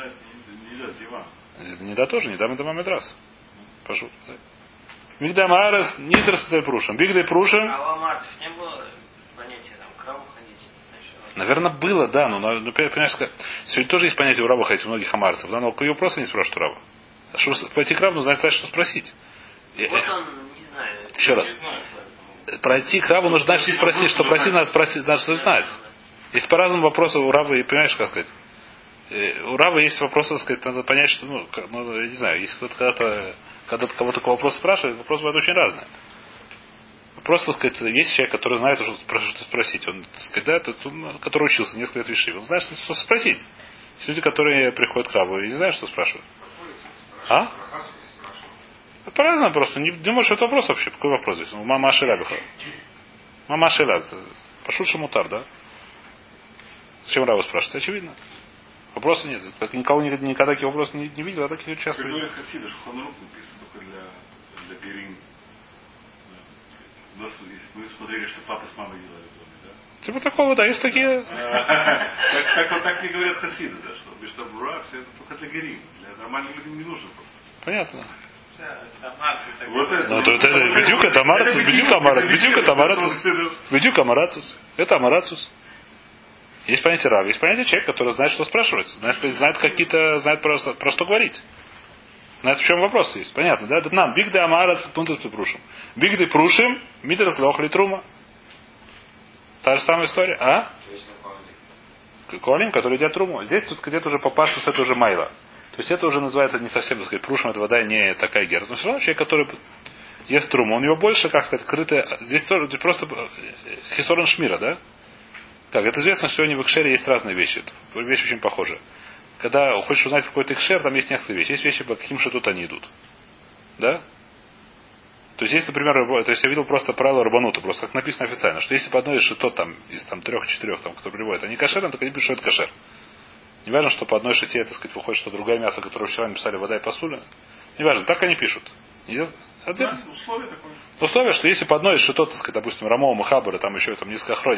Не да тоже, не да, это мидрас. Прошу. Бигда маарас, мидрас это прушим. Бигда прушим. А у амарцев не было понятия там крову ходить? Наверное, было, да, но, но понимаешь, сегодня тоже есть понятие у раба ходить, у многих амарцев, да, но ее просто не спрашивают у раба. Что пойти к рабу, нужно знать, что спросить. Вот он, не знаю. Еще раз. Пройти к раву нужно знать, что спросить. Что просить, надо спросить, надо что знать. Есть по-разному вопросы у рава, и понимаешь, как сказать. У рава есть вопросы, так сказать, надо понять, что, ну, ну я не знаю, если кто-то когда-то, когда-то кого-то такой вопрос спрашивает, вопросы бывают очень разные. Просто, так сказать, есть человек, который знает, что, что спросить. Он, так сказать, да, тот, он, который учился несколько лет решил. Он знает, что спросить. Есть люди, которые приходят к раву и не знают, что спрашивают. А? По-разному просто. Не думаю, что это вопрос вообще. Какой вопрос здесь? Мама Ашилабиха. Мама Ашилаб. Пошут шамутар, да? Зачем Рава спрашивает? Очевидно. Вопроса нет. Так никого никогда таких вопросов не, не видел, а таких часто видел. Говорят хасиды, что Ханрук написан только для, для Герим. Мы смотрели, что папа с мамой делали в доме, да? Типа такого, да, есть такие. Так вот так не говорят хасиды, да, что что бура, все это только для Герим. Для нормальных людей не нужно просто. Понятно. Вот это. Ну, то это бедюк, это амарацус, бедюк, амарацус, бедюк, это амарацус. Бедюк, амарацус. Это амарацус. Есть понятие рав, есть понятие человек, который знает, что спрашивать. Знает, знает какие-то, знает про, про что говорить. Знает, в чем вопрос есть. Понятно, да? Нам, биг де амарац, пунктов прушим. Биг де прушим, мидрас лохли трума. Та же самая история. А? Колим, который едят труму. Здесь, тут где-то уже по пашту, это уже майла. То есть это уже называется не совсем, так сказать, прушим, это вода не такая герц. Но все равно человек, который ест труму, у него больше, как сказать, крытая. Здесь тоже здесь просто хисорон шмира, да? Как? Это известно, что сегодня в экшере есть разные вещи. Это вещи очень похожие. Когда хочешь узнать какой-то экшер, там есть несколько вещей. Есть вещи, по каким шатут они идут. Да? То есть, есть, например, то есть я видел просто правило рабанута, просто как написано официально, что если по одной из шитот там, из там трех-четырех, там, кто приводит, они кошерны, то они пишут, что это кошер. Не важно, что по одной шите, так сказать, выходит, что другое мясо, которое вчера написали вода и посуля. Не важно, так они пишут. Нельзя... Да, условие такое. Условие, что если по одной из шитот, так сказать, допустим, Рамова, Махабара, там еще там несколько хроним,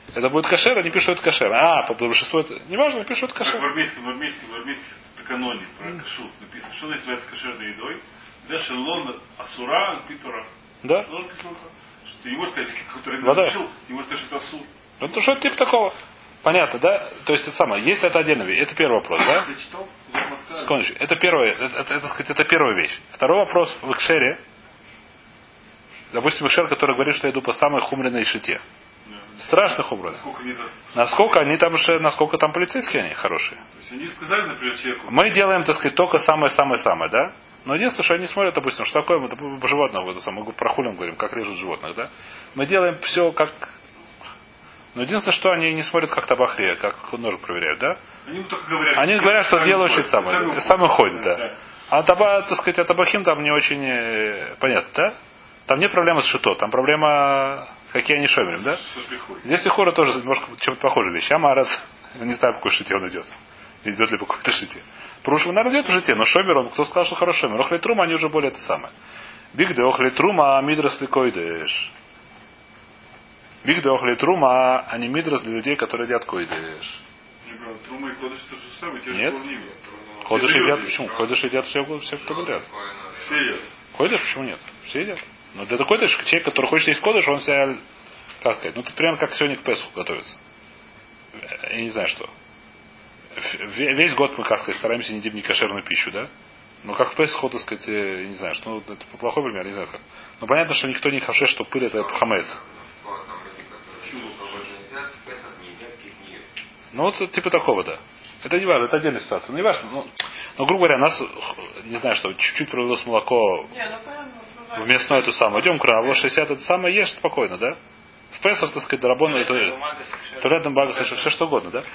Это будет кошер, они пишут это кошер. А, по большинству это. Неважно, пишут Как кошер. в армейском, в армейском, в армейском каноне про кашут написано, что называется кошерной едой. Даже лон асура питора. Да? Что написано? Что ты не можешь сказать, если какой-то рыбин Вода. решил, не можешь сказать, что это асур. Ну, то что это типа такого. Понятно, да? То есть это самое. Если это отдельная вещь, это первый вопрос, да? Ты читал? Секундочку. Это первое, это, это, это, сказать, это первая вещь. Второй вопрос в Икшере. Допустим, Икшер, который говорит, что я иду по самой хумренной шите. Страшно хумрен. Насколько они, Насколько они там же, насколько там полицейские они хорошие. то есть они сказали, например, человеку. Мы делаем, так сказать, только самое-самое-самое, да? Но единственное, что они смотрят, допустим, что такое, мы по животных, вот, мы про хулин говорим, как режут животных, да? Мы делаем все как. Но единственное, что они не смотрят как табахри, как ножик проверяют, да? Они только говорят, Они говорят, что дело очень самое. Самое ходит, да. да. А таба, так сказать, а табахим там не очень э, понятно, да? Там нет проблемы с шито, там проблема, какие они шомерим, да? Здесь лихора тоже немножко чем-то похожая вещь. Амарец, не знаю, по какой шите он идет. Идет ли по какой-то шите. Прошлый, наверное, идет по шите, но шомер, он, кто сказал, что хороший шомер. Охли трума, они уже более это самое. Бигде охли трума, а мидрос ликойдеш. Бигде охли трума, а не мидрос для людей, которые едят койдеш. Трума и кодыш то же самое, нет. Ходыш едят, почему? Ходыш едят все, все, кто говорят. Все едят. Ходыш, почему нет? Все едят. Но для такой человек, который хочет есть кодыш, он себя, как сказать, ну это примерно как сегодня к Песху готовится. Я не знаю что. Весь год мы, как сказать, стараемся не делать некошерную пищу, да? Но как в Песху, так сказать, я не знаю, что, ну, это плохой пример, не знаю как. Но понятно, что никто не хавшет, что пыль это хамец. Ну вот типа такого, да. Это не важно, это отдельная ситуация. Ну не важно. Ну, но, грубо говоря, нас, не знаю, что, чуть-чуть провелось молоко в мясное эту самую. Идем к Раву, шестьдесят это самое, ешь спокойно, да? В Песах, так сказать, Дарабон, это Туретом Багас, все что угодно, да?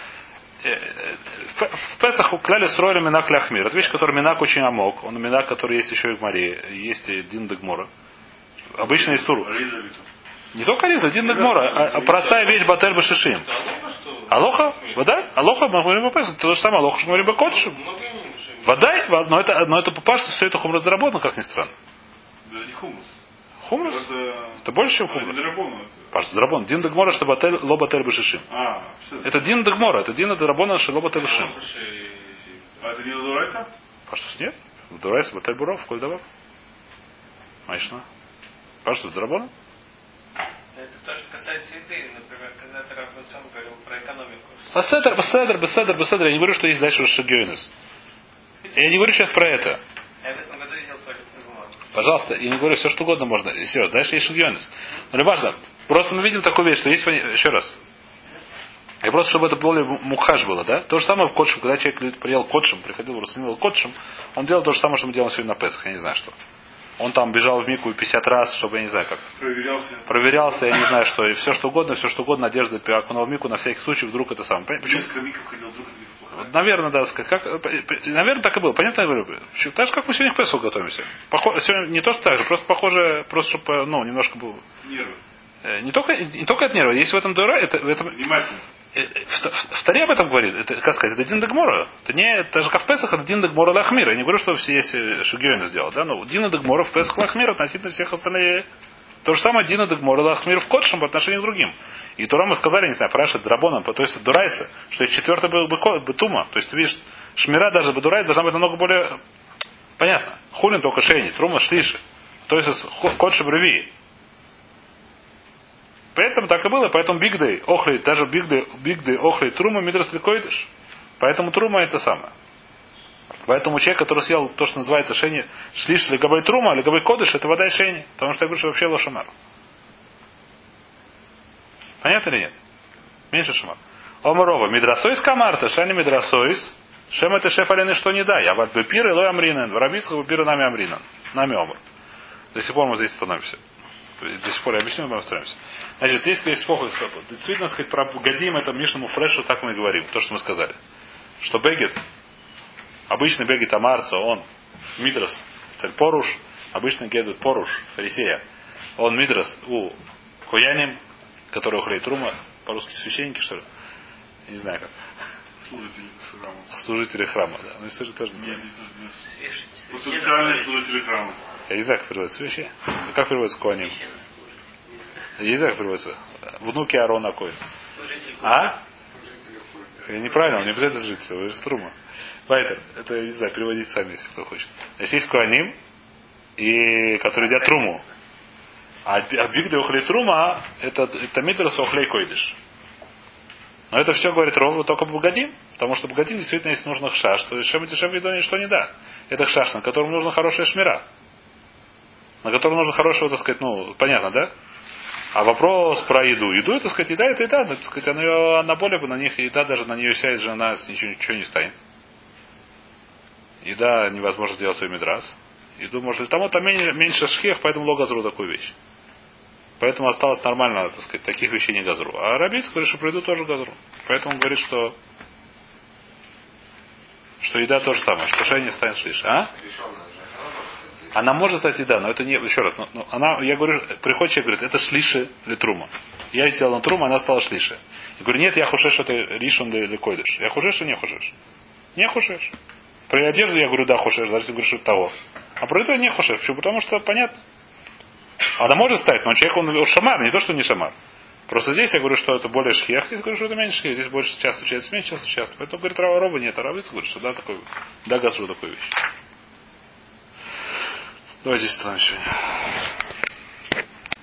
В Песах укляли строили минак ляхмир. Это вещь, которая минак очень амок. Он минак, который есть еще и в Марии. Есть и Дин Дегмора. Обычный Исур. Не только Ариза, Дин Дегмора, а, а простая вещь Батер Башишим. Алоха? Вода? Алоха, мы говорим по Песах. То же самое, Алоха, мы говорим по Кодшим. Вода, но это, но это попа, что все это хумрас доработано, как ни странно. Даже не хумус. Хумрас? Это, это больше, чем хумрас. Это... Паш, драбон. Дин Дегмора, что батер, лобатер бешишим. А, это Дин Дегмора, это Дин Дегмора, что лобатер бешишим. А это не Дурайта? Паш, нет? Дурайса, батер буров, коль давар. Майшна. Паш, что драбон? Это то, что касается еды, например, когда ты Раббан говорил про экономику. Басседер, басседер, басседер, басседер. Я не говорю, что есть дальше Шагёйнес. Я не говорю сейчас про это. Я в этом году видел только Цигумар. Пожалуйста, я не говорю, все что угодно можно. Все, дальше есть Шагёйнес. Но не важно. Просто мы видим такую вещь, что есть, еще раз. И просто, чтобы это более мукхаш было, да? То же самое в Кодшем, когда человек приел Кодшем, приходил в Иерусалим Кодшем, он делал то же самое, что мы делаем сегодня на Песах, я не знаю что. Он там бежал в Мику пятьдесят раз, чтобы, я не знаю как. Проверялся. Проверялся, я не знаю что. И все что угодно, все что угодно, одежда окунул в Мику на всякий случай, вдруг это самое. Почему? Ходил, вдруг это наверное, да, сказать. Как, наверное, так и было. Понятно, я говорю. Так же, как мы сегодня к Песху готовимся. Похоже, сегодня не то, что так же, просто похоже, просто чтобы, ну, немножко было. Нервы. Не только, не только от нерва. Есть в этом дура, это, в этом. В Таре об этом говорит. Это, как сказать, это Дин Дегмора. Это не, это же как в Песах, это Дин Дегмора Лахмира. Я не говорю, что все есть Шигьёйна сделал, да, но Дин Дегмора в Песах Лахмира относительно всех остальных. То же самое Дин Дегмора Лахмир в Кодшем по отношению к другим. И Тура мы сказали, не знаю, Параша Драбоном, то есть Дурайса, что есть четвертый был Бетума. То есть ты видишь, Шмира даже Бедурайс должна быть намного более понятно. Хулин только Шейни, Трума Шлиши. То есть Кодшем Реви. Поэтому так и было, поэтому бигдей, охли, даже бигдей, бигдей, охли, трума, мидрас ликойдыш. Поэтому трума это самое. Поэтому человек, который съел то, что называется шени, шлиш легабай трума, легабай кодыш, это вода и шени. Потому что я говорю, что вообще лошамар. Понятно или нет? Меньше шамар. Омарова, мидрасойс камарта, шани мидрасойс, шем это шеф алины что не дай. А вот бепиры лой амринан, в рабицах бепиры нами амринан. Нами омар. До сих пор мы здесь становимся. До сих пор я объясню, мы устраиваемся. Значит, здесь есть споху. Действительно, сказать, про гадим это мишному фрешу, так мы и говорим. То, что мы сказали. Что бегет, обычный бегет амарца, он мидрас, цель поруш, обычный гедет поруш, фарисея. Он мидрас у кояним, который ухреет рума, по-русски священники, что ли? Я не знаю как. Служители храма. Служители храма, да. Ну и служители тоже не Нет, не потенциальные служители храма. Я не знаю, как переводится вообще. Как переводится коаним? Я не знаю, как переводится. Внуки Аарона Коэн. А? Я неправильно, не обязательно жить, вы же трума. Вайтер, это, не знаю, переводить сами, если кто хочет. Если есть куаним, и которые едят труму. А бигды охлей трума, это, это мидрос охлей койдыш. Но это все говорит ровно только Богодим, потому что Богодим действительно есть нужных шаш, то есть шем дешев видони что не да. Это шаш, на котором нужна хорошая шмира. На котором нужно хорошего, так сказать, ну, понятно, да? А вопрос про еду. Еду, так сказать, еда, это еда, так сказать, она, она более на них, еда даже на нее сядет жена, ничего, ничего не станет. Еда невозможно делать свой мидрас. Еду может... Там, там меньше, меньше шхех, поэтому ло газру такую вещь. Поэтому осталось нормально, так сказать, таких вещей не газру. А Рабиц говорит, что про еду тоже газру. Поэтому он говорит, что что еда то же самое, что шей не станет шлиша. А? Она может стать еда, но это не... Еще раз, но, но она, я говорю, приходит человек говорит, это шлиши или трума. Я сделал на труму, она стала шлиша. Я говорю, нет, я хушеш, это ришон или койдыш. Я хушеш или не хушеш? Не хушеш. Про одежду я говорю, да, хушеш, даже если говорю, что это того. А про это я не хушеш. Почему? Потому что понятно. Она может стать, но человек, он шамар, не то, что не шамар. Просто здесь я говорю, что это более шхех, здесь говорю, что это меньше шхех. Здесь больше часто случается, меньше часто часто. Поэтому говорит, рава роба нет, а равица говорит, что да, такой, да, газру такую вещь. Давайте здесь остановимся сегодня.